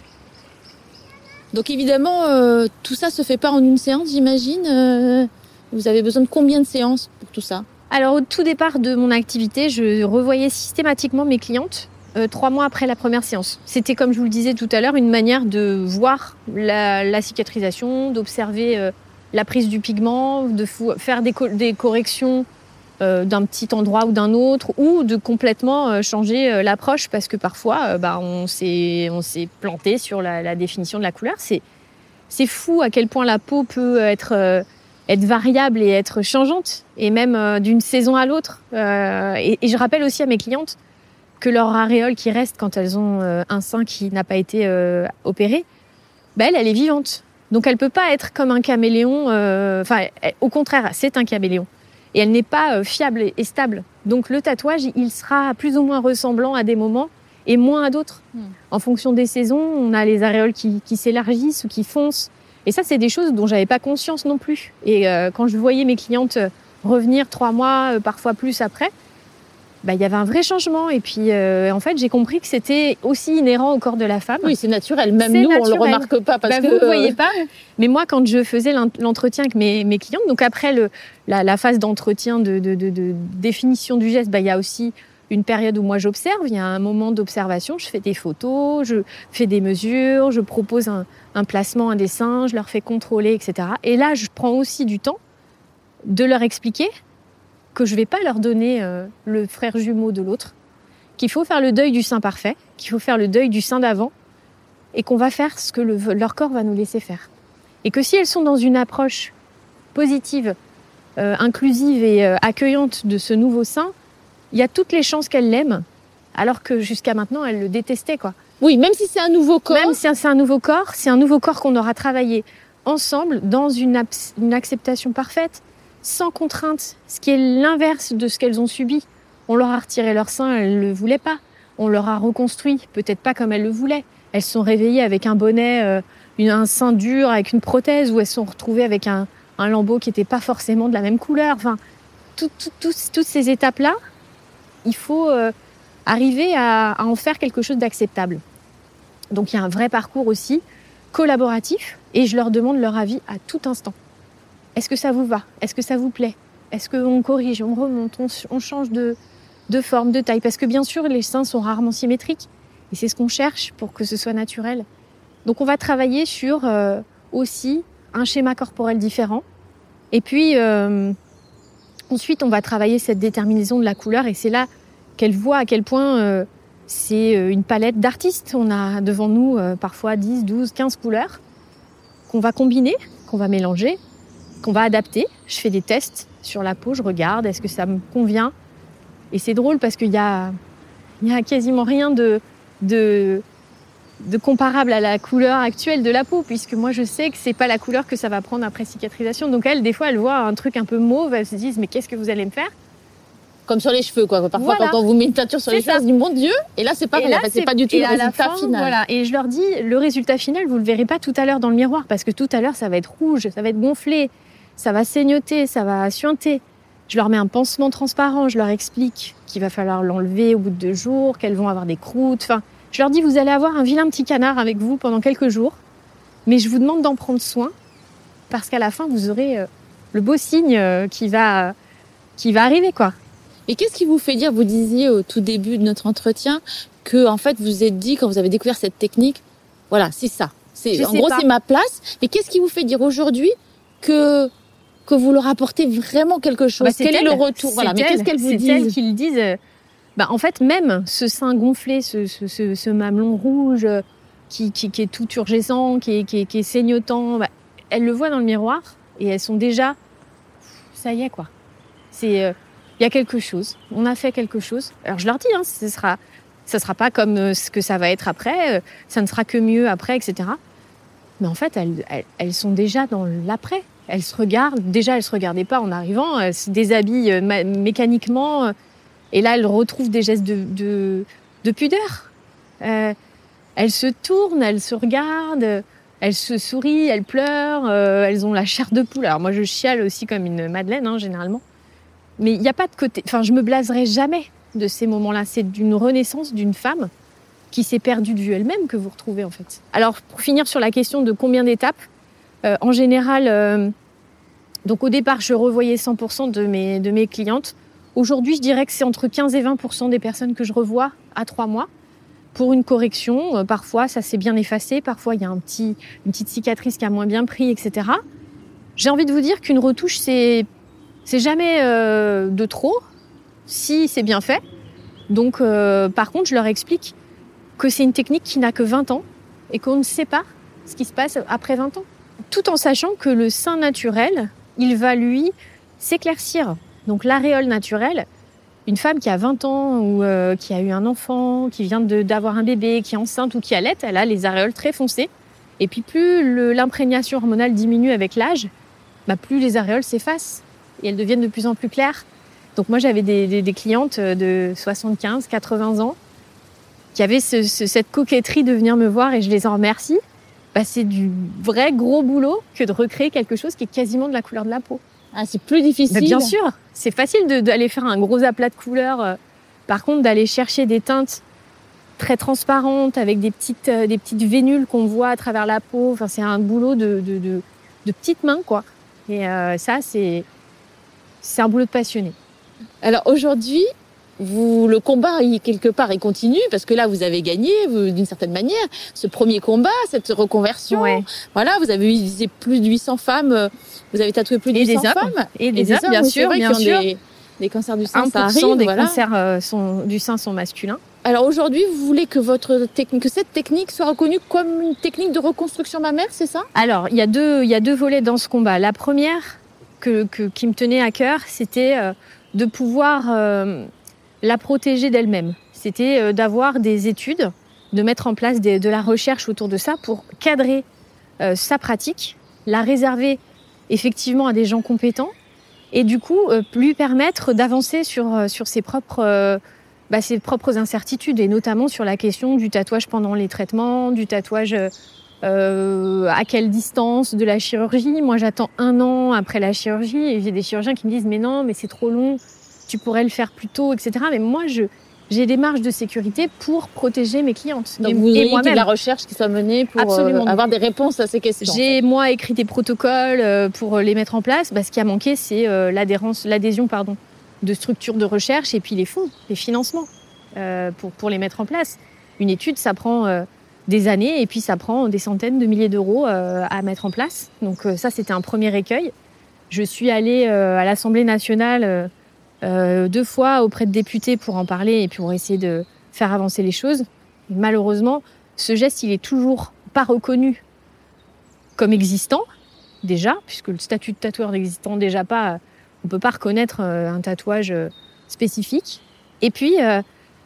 Donc évidemment, euh, tout ça se fait pas en une séance, j'imagine. Euh, vous avez besoin de combien de séances pour tout ça ? Alors au tout départ de mon activité, je revoyais systématiquement mes clientes euh, trois mois après la première séance. C'était, comme je vous le disais tout à l'heure, une manière de voir la, la cicatrisation, d'observer euh, la prise du pigment, de fou- faire des, co- des corrections euh, d'un petit endroit ou d'un autre, ou de complètement euh, changer euh, l'approche, parce que parfois, euh, bah, on s'est, on s'est planté sur la, la définition de la couleur. C'est, c'est fou à quel point la peau peut être... Euh, être variable et être changeante, et même euh, d'une saison à l'autre. Euh, et, et je rappelle aussi à mes clientes que leur aréole qui reste quand elles ont euh, un sein qui n'a pas été euh, opéré, bah elle, elle est vivante. Donc elle peut pas être comme un caméléon. Enfin, euh, au contraire, c'est un caméléon. Et elle n'est pas euh, fiable et, et stable. Donc le tatouage, il sera plus ou moins ressemblant à des moments et moins à d'autres. Mmh. En fonction des saisons, on a les aréoles qui, qui s'élargissent ou qui foncent. Et ça, c'est des choses dont j'avais pas conscience non plus. Et euh, quand je voyais mes clientes revenir trois mois, euh, parfois plus après, bah, il y avait un vrai changement. Et puis, euh, en fait, j'ai compris que c'était aussi inhérent au corps de la femme. Oui, c'est naturel. Même c'est nous, naturel. On le remarque pas parce bah, que vous ne voyez pas. Mais moi, quand je faisais l'entretien avec mes, mes clientes, donc après le, la, la phase d'entretien de, de, de, de définition du geste, bah, il y a aussi une période où moi j'observe. Il y a un moment d'observation. Je fais des photos, je fais des mesures, je propose un, un placement, un dessin, je leur fais contrôler, et cetera. Et là, je prends aussi du temps de leur expliquer que je ne vais pas leur donner euh, le frère jumeau de l'autre, qu'il faut faire le deuil du sein parfait, qu'il faut faire le deuil du sein d'avant, et qu'on va faire ce que le, leur corps va nous laisser faire. Et que si elles sont dans une approche positive, euh, inclusive et euh, accueillante de ce nouveau sein, il y a toutes les chances qu'elles l'aiment, alors que jusqu'à maintenant, elles le détestaient, quoi. Oui, même si c'est un nouveau corps. Même si c'est un nouveau corps, c'est un nouveau corps qu'on aura travaillé ensemble dans une, abs- une acceptation parfaite, sans contrainte, ce qui est l'inverse de ce qu'elles ont subi. On leur a retiré leur sein, elles ne le voulaient pas. On leur a reconstruit, peut-être pas comme elles le voulaient. Elles se sont réveillées avec un bonnet, euh, une, un sein dur, avec une prothèse, ou elles se sont retrouvées avec un, un lambeau qui n'était pas forcément de la même couleur. Enfin, tout, tout, tout, toutes ces étapes-là, il faut euh, arriver à, à en faire quelque chose d'acceptable. Donc il y a un vrai parcours aussi collaboratif, et je leur demande leur avis à tout instant. Est-ce que ça vous va ? Est-ce que ça vous plaît ? Est-ce qu'on corrige, on remonte, on, on change de, de forme, de taille ? Parce que bien sûr, les seins sont rarement symétriques. Et c'est ce qu'on cherche pour que ce soit naturel. Donc on va travailler sur euh, aussi un schéma corporel différent. Et puis euh, ensuite, on va travailler cette déterminaison de la couleur. Et c'est là qu'elle voit à quel point euh, c'est une palette d'artistes. On a devant nous euh, parfois dix, douze, quinze couleurs qu'on va combiner, qu'on va mélanger, qu'on va adapter. Je fais des tests sur la peau, je regarde, est-ce que ça me convient ? Et c'est drôle parce qu'il y a, il y a quasiment rien de, de, de comparable à la couleur actuelle de la peau, puisque moi je sais que c'est pas la couleur que ça va prendre après cicatrisation. Donc elle, des fois, elle voit un truc un peu mauve, elle se dit mais qu'est-ce que vous allez me faire ? Comme sur les cheveux, quoi. Parfois, Voilà. quand on vous met une teinture sur C'est les cheveux, ça. on se dit mon Dieu. Et là, c'est pas vrai. En fait, c'est pas du tout et le à la résultat fin, final. Voilà. Et je leur dis, le résultat final, vous le verrez pas tout à l'heure dans le miroir, parce que tout à l'heure, ça va être rouge, ça va être gonflé, ça va saignoter, ça va suinter. Je leur mets un pansement transparent, je leur explique qu'il va falloir l'enlever au bout de deux jours, qu'elles vont avoir des croûtes. Enfin, je leur dis, vous allez avoir un vilain petit canard avec vous pendant quelques jours, mais je vous demande d'en prendre soin, parce qu'à la fin, vous aurez euh, le beau signe euh, qui va, qui va arriver, quoi. Et qu'est-ce qui vous fait dire, vous disiez au tout début de notre entretien, que en fait vous vous êtes dit quand vous avez découvert cette technique, voilà, c'est ça. C'est, Je en sais gros, pas. c'est ma place. Mais qu'est-ce qui vous fait dire aujourd'hui que que vous leur apportez vraiment quelque chose ? Bah, c'est Quel est elle. le retour ? C'est Voilà. Mais elle. qu'est-ce qu'elles vous C'est disent ? elles qui le disent. euh, Bah, en fait, même ce sein gonflé, ce, ce, ce, ce mamelon rouge euh, qui, qui, qui est tout turgescent, qui est, qui est, qui est saignotant, bah, elles le voient dans le miroir et elles sont déjà... Ça y est, quoi. C'est... euh, il y a quelque chose. On a fait quelque chose. Alors, je leur dis, hein, ce sera, ça sera pas comme euh, ce que ça va être après. euh, Ça ne sera que mieux après, et cetera. Mais en fait, elles, elles, elles sont déjà dans l'après. Elles se regardent. Déjà, elles se regardaient pas en arrivant. Elles se déshabillent euh, ma- mécaniquement. euh, Et là, elles retrouvent des gestes de, de, de pudeur. Euh, elles se tournent, elles se regardent, elles se sourient, elles pleurent, euh, elles ont la chair de poule. Alors moi, je chiale aussi comme une madeleine, hein, généralement. Mais il n'y a pas de côté... Enfin, je me blaserai jamais de ces moments-là. C'est d'une renaissance d'une femme qui s'est perdue de vue elle-même que vous retrouvez, en fait. Alors, pour finir sur la question de combien d'étapes, euh, en général, euh, donc au départ, je revoyais cent pour cent de mes, de mes clientes. Aujourd'hui, je dirais que c'est entre quinze et vingt pour cent des personnes que je revois à trois mois pour une correction. Euh, parfois, ça s'est bien effacé. Parfois, il y a un petit, une petite cicatrice qui a moins bien pris, et cetera. J'ai envie de vous dire qu'une retouche, c'est, c'est jamais euh, de trop, si c'est bien fait. Donc, euh, par contre, je leur explique que c'est une technique qui n'a que vingt ans et qu'on ne sait pas ce qui se passe après vingt ans. Tout en sachant que le sein naturel, il va, lui, s'éclaircir. Donc l'aréole naturelle, une femme qui a vingt ans ou euh, qui a eu un enfant, qui vient de, d'avoir un bébé, qui est enceinte ou qui allait, elle a les aréoles très foncées. Et puis plus le, l'imprégnation hormonale diminue avec l'âge, bah plus les aréoles s'effacent et elles deviennent de plus en plus claires. Donc moi j'avais des, des, des clientes de soixante-quinze, quatre-vingts ans qui avaient ce, ce, cette coquetterie de venir me voir et je les en remercie. Bah, c'est du vrai gros boulot que de recréer quelque chose qui est quasiment de la couleur de la peau. Ah, c'est plus difficile. Mais bien sûr, c'est facile de, d'aller faire un gros aplat de couleurs. Euh, Par contre, d'aller chercher des teintes très transparentes avec des petites, euh, des petites vénules qu'on voit à travers la peau. Enfin, c'est un boulot de, de, de, de petites mains, quoi. Et euh, ça, c'est, c'est un boulot de passionné. Alors aujourd'hui, vous, le combat, il, quelque part, il continue parce que là, vous avez gagné, vous, d'une certaine manière, ce premier combat, cette reconversion. Ouais. Voilà, vous avez eu plus de huit cents femmes, euh, vous avez tatoué plus de Et huit cents des hommes. femmes. Et des, hommes, bien oui, c'est sûr, vrai bien qu'ils ont sûr. Des, des cancers du sein, un ça pour cent arrive. des Voilà. cancers euh, sont, du sein sont masculins. Alors aujourd'hui, vous voulez que votre technique, que cette technique soit reconnue comme une technique de reconstruction mammaire, c'est ça ? Alors, il y a deux, il y a deux volets dans ce combat. La première, que, que, qui me tenait à cœur, c'était euh, de pouvoir euh, la protéger d'elle-même. C'était euh, d'avoir des études, de mettre en place des, de la recherche autour de ça pour cadrer euh, sa pratique la réserver effectivement à des gens compétents et du coup euh, lui permettre d'avancer sur, euh, sur ses, propres, euh, bah, ses propres incertitudes et notamment sur la question du tatouage pendant les traitements, du tatouage euh, à quelle distance de la chirurgie. Moi j'attends un an après la chirurgie et j'ai des chirurgiens qui me disent mais non mais c'est trop long, tu pourrais le faire plus tôt, et cetera. Mais moi je j'ai des marges de sécurité pour protéger mes clientes. Donc et, vous et avez moi-même. de la recherche qui soit menée pour Absolument. Euh, avoir des réponses à ces questions. J'ai, moi, écrit des protocoles euh, pour les mettre en place. Bah, ce qui a manqué, c'est euh, l'adhérence, l'adhésion pardon, de structures de recherche et puis les fonds, les financements euh, pour, pour les mettre en place. Une étude, ça prend euh, des années et puis ça prend des centaines de milliers d'euros euh, à mettre en place. Donc euh, ça, c'était un premier écueil. Je suis allée euh, à l'Assemblée nationale euh, euh, deux fois auprès de députés pour en parler et puis pour essayer de faire avancer les choses. Malheureusement, ce geste, il est toujours pas reconnu comme existant, déjà, puisque le statut de tatoueur n'existant déjà pas, on peut pas reconnaître un tatouage spécifique. Et puis, euh,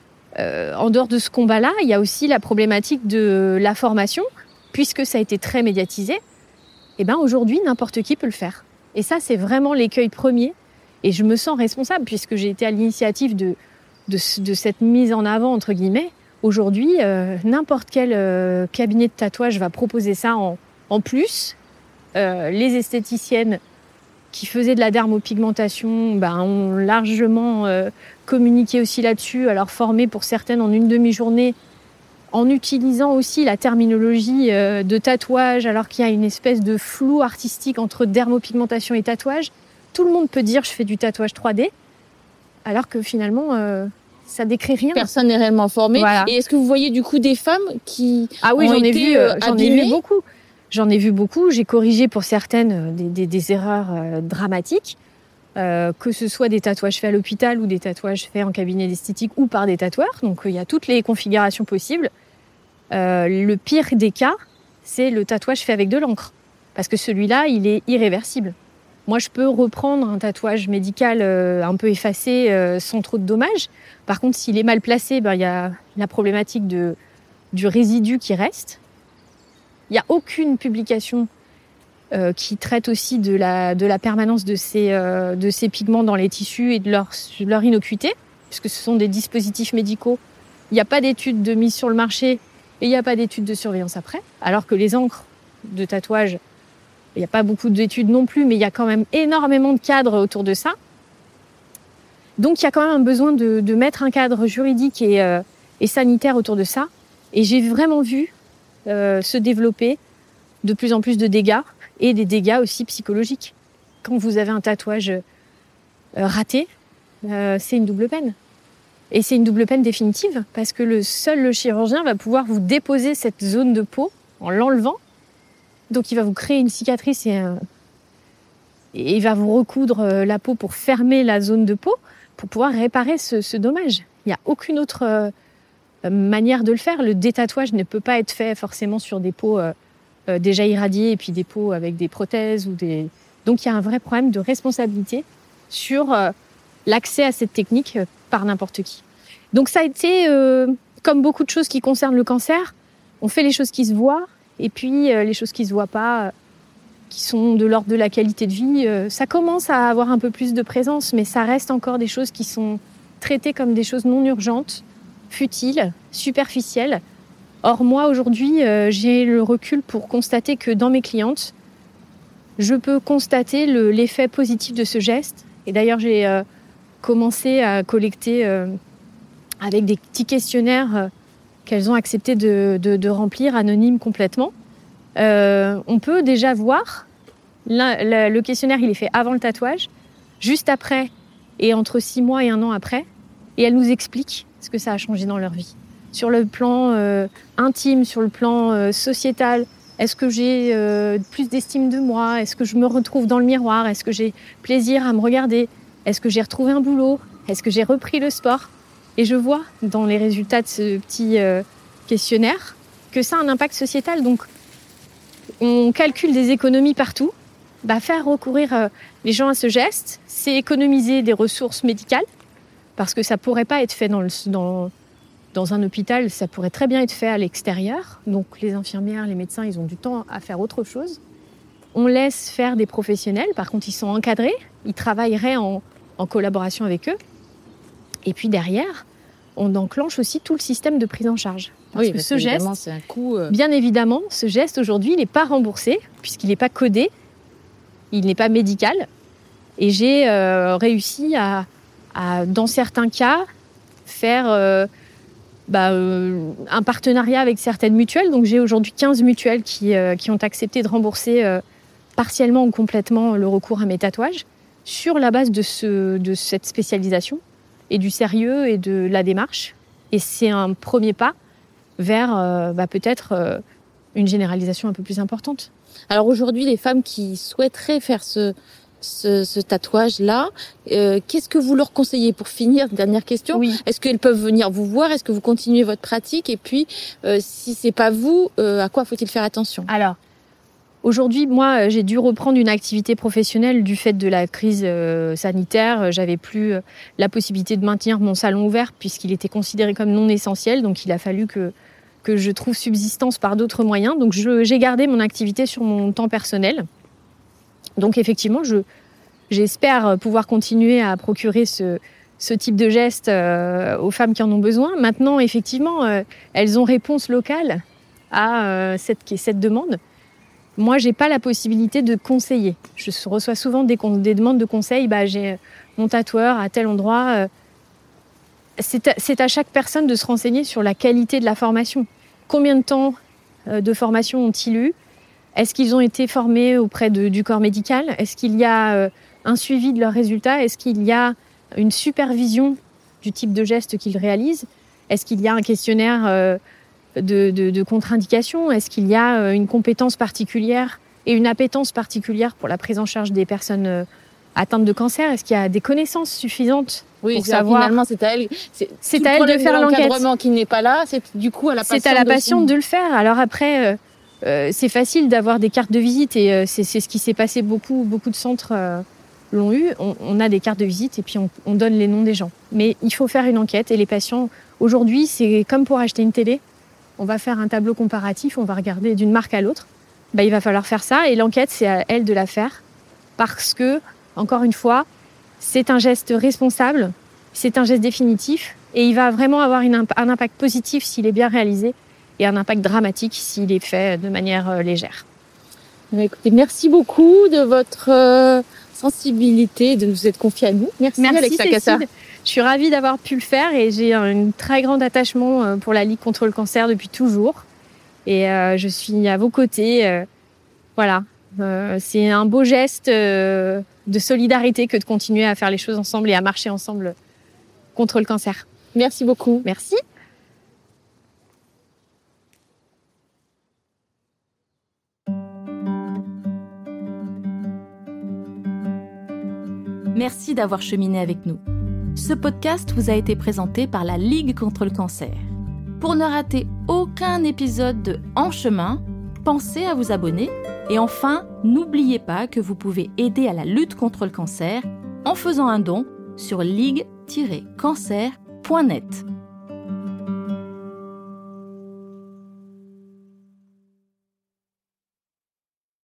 euh, en dehors de ce combat-là, il y a aussi la problématique de la formation, puisque ça a été très médiatisé. Et ben aujourd'hui, n'importe qui peut le faire. Et ça, c'est vraiment l'écueil premier. Et je me sens responsable, puisque j'ai été à l'initiative de De, de cette mise en avant, entre guillemets. Aujourd'hui, euh, n'importe quel euh, cabinet de tatouage va proposer ça en, en plus. Euh, les esthéticiennes qui faisaient de la dermopigmentation ben, ont largement euh, communiqué aussi là-dessus, alors formées pour certaines en une demi-journée, en utilisant aussi la terminologie euh, de tatouage, alors qu'il y a une espèce de flou artistique entre dermopigmentation et tatouage. Tout le monde peut dire « je fais du tatouage trois D », alors que finalement, euh, ça décrit rien. Personne n'est réellement formé. Voilà. Et est-ce que vous voyez du coup des femmes qui ah oui, ont j'en ai été vu, euh, j'en ai abîmées vu beaucoup. J'en ai vu beaucoup. J'ai corrigé pour certaines des, des, des erreurs euh, dramatiques, euh, que ce soit des tatouages faits à l'hôpital ou des tatouages faits en cabinet d'esthétique ou par des tatoueurs. Donc il y a toutes les configurations possibles. Euh, le pire des cas, c'est le tatouage fait avec de l'encre, parce que celui-là, il est irréversible. Moi, je peux reprendre un tatouage médical euh, un peu effacé euh, sans trop de dommages. Par contre, s'il est mal placé, ben, y a la problématique de, du résidu qui reste. Il n'y a aucune publication euh, qui traite aussi de la, de la permanence de ces, euh, de ces pigments dans les tissus et de leur, leur innocuité, puisque ce sont des dispositifs médicaux. Il n'y a pas d'études de mise sur le marché et il n'y a pas d'études de surveillance après, alors que les encres de tatouage, il n'y a pas beaucoup d'études non plus, mais il y a quand même énormément de cadres autour de ça. Donc, il y a quand même un besoin de, de mettre un cadre juridique et, euh, et sanitaire autour de ça. Et j'ai vraiment vu euh, se développer de plus en plus de dégâts et des dégâts aussi psychologiques. Quand vous avez un tatouage euh, raté, euh, c'est une double peine. Et c'est une double peine définitive parce que le seul le chirurgien va pouvoir vous déposer cette zone de peau en l'enlevant. Donc, il va vous créer une cicatrice et, euh, et il va vous recoudre euh, la peau pour fermer la zone de peau pour pouvoir réparer ce, ce dommage. Il n'y a aucune autre euh, manière de le faire. Le détatouage ne peut pas être fait forcément sur des peaux euh, euh, déjà irradiées et puis des peaux avec des prothèses. Ou des... Donc, il y a un vrai problème de responsabilité sur euh, l'accès à cette technique euh, par n'importe qui. Donc, ça a été, euh, comme beaucoup de choses qui concernent le cancer, on fait les choses qui se voient. Et puis, euh, les choses qui ne se voient pas, euh, qui sont de l'ordre de la qualité de vie, euh, ça commence à avoir un peu plus de présence, mais ça reste encore des choses qui sont traitées comme des choses non urgentes, futiles, superficielles. Or, moi, aujourd'hui, euh, j'ai le recul pour constater que dans mes clientes, je peux constater le, l'effet positif de ce geste. Et d'ailleurs, j'ai euh, commencé à collecter euh, avec des petits questionnaires euh, qu'elles ont accepté de, de, de remplir, anonymes complètement. Euh, on peut déjà voir, la, la, le questionnaire, il est fait avant le tatouage, juste après, et entre six mois et un an après, et elles nous expliquent ce que ça a changé dans leur vie. Sur le plan euh, intime, sur le plan euh, sociétal, est-ce que j'ai euh, plus d'estime de moi? Est-ce que je me retrouve dans le miroir? Est-ce que j'ai plaisir à me regarder? Est-ce que j'ai retrouvé un boulot? Est-ce que j'ai repris le sport? Et je vois dans les résultats de ce petit euh, questionnaire que ça a un impact sociétal. Donc, on calcule des économies partout. Bah, faire recourir euh, les gens à ce geste, c'est économiser des ressources médicales, parce que ça pourrait pas être fait dans, le, dans, dans un hôpital, ça pourrait très bien être fait à l'extérieur. Donc, les infirmières, les médecins, ils ont du temps à faire autre chose. on laisse faire des professionnels. Par contre, ils sont encadrés. Ils travailleraient en, en collaboration avec eux. Et puis derrière, on enclenche aussi tout le système de prise en charge. Parce oui, que parce ce geste, c'est un coût. Euh... Bien évidemment, ce geste aujourd'hui, il n'est pas remboursé puisqu'il n'est pas codé, il n'est pas médical. Et j'ai euh, réussi à, à, dans certains cas, faire euh, bah, euh, un partenariat avec certaines mutuelles. Donc j'ai aujourd'hui quinze mutuelles qui, euh, qui ont accepté de rembourser euh, partiellement ou complètement le recours à mes tatouages sur la base de, ce, de cette spécialisation et du sérieux et de la démarche. Et c'est un premier pas vers euh, bah, peut-être euh, une généralisation un peu plus importante. Alors aujourd'hui, les femmes qui souhaiteraient faire ce, ce, ce tatouage-là, euh, qu'est-ce que vous leur conseillez pour finir? Dernière question. Oui. Est-ce qu'elles peuvent venir vous voir? Est-ce que vous continuez votre pratique? Et puis, euh, si c'est pas vous, euh, à quoi faut-il faire attention? Alors, aujourd'hui, moi, j'ai dû reprendre une activité professionnelle du fait de la crise euh, sanitaire. J'avais plus euh, la possibilité de maintenir mon salon ouvert puisqu'il était considéré comme non essentiel. Donc, il a fallu que que je trouve subsistance par d'autres moyens. Donc, je, j'ai gardé mon activité sur mon temps personnel. Donc, effectivement, je, j'espère pouvoir continuer à procurer ce, ce type de geste euh, aux femmes qui en ont besoin. Maintenant, effectivement, euh, elles ont réponse locale à euh, cette, cette demande. Moi, j'ai pas la possibilité de conseiller. Je reçois souvent des, des demandes de conseils. Bah, j'ai mon tatoueur à tel endroit. Euh, C'est à, c'est à chaque personne de se renseigner sur la qualité de la formation. Combien de temps de formation ont-ils eu? Est-ce qu'ils ont été formés auprès de, du corps médical? Est-ce qu'il y a un suivi de leurs résultats? Est-ce qu'il y a une supervision du type de geste qu'ils réalisent? Est-ce qu'il y a un questionnaire de, de, de contre-indication? Est-ce qu'il y a une compétence particulière et une appétence particulière pour la prise en charge des personnes atteintes de cancer? Est-ce qu'il y a des connaissances suffisantes? Oui, pour ça, savoir. Finalement, c'est à elle. C'est, c'est à elle de faire l'enquête. L'encadrement qui n'est pas là, c'est du coup à la patiente. C'est à la de patiente son... de le faire. Alors après, euh, euh, c'est facile d'avoir des cartes de visite et euh, c'est, c'est ce qui s'est passé. Beaucoup, beaucoup de centres euh, l'ont eu. On, on a des cartes de visite et puis on, on donne les noms des gens. Mais il faut faire une enquête et les patients. Aujourd'hui, c'est comme pour acheter une télé. On va faire un tableau comparatif. On va regarder d'une marque à l'autre. Bah, il va falloir faire ça et l'enquête, c'est à elle de la faire parce que, encore une fois, c'est un geste responsable. C'est un geste définitif et il va vraiment avoir une, un impact positif s'il est bien réalisé et un impact dramatique s'il est fait de manière euh, légère. Écoutez, merci beaucoup de votre euh, sensibilité, de nous être confiée à nous. Merci, merci Alexa Cassa. Je suis ravie d'avoir pu le faire et j'ai un très grand attachement pour la Ligue contre le cancer depuis toujours. Et euh, je suis à vos côtés. Euh, voilà, euh, c'est un beau geste euh, de solidarité que de continuer à faire les choses ensemble et à marcher ensemble contre le cancer. Merci beaucoup. Merci. Merci d'avoir cheminé avec nous. Ce podcast vous a été présenté par la Ligue contre le cancer. Pour ne rater aucun épisode de En chemin, pensez à vous abonner. Et enfin, n'oubliez pas que vous pouvez aider à la lutte contre le cancer en faisant un don sur ligue tiret cancer point net.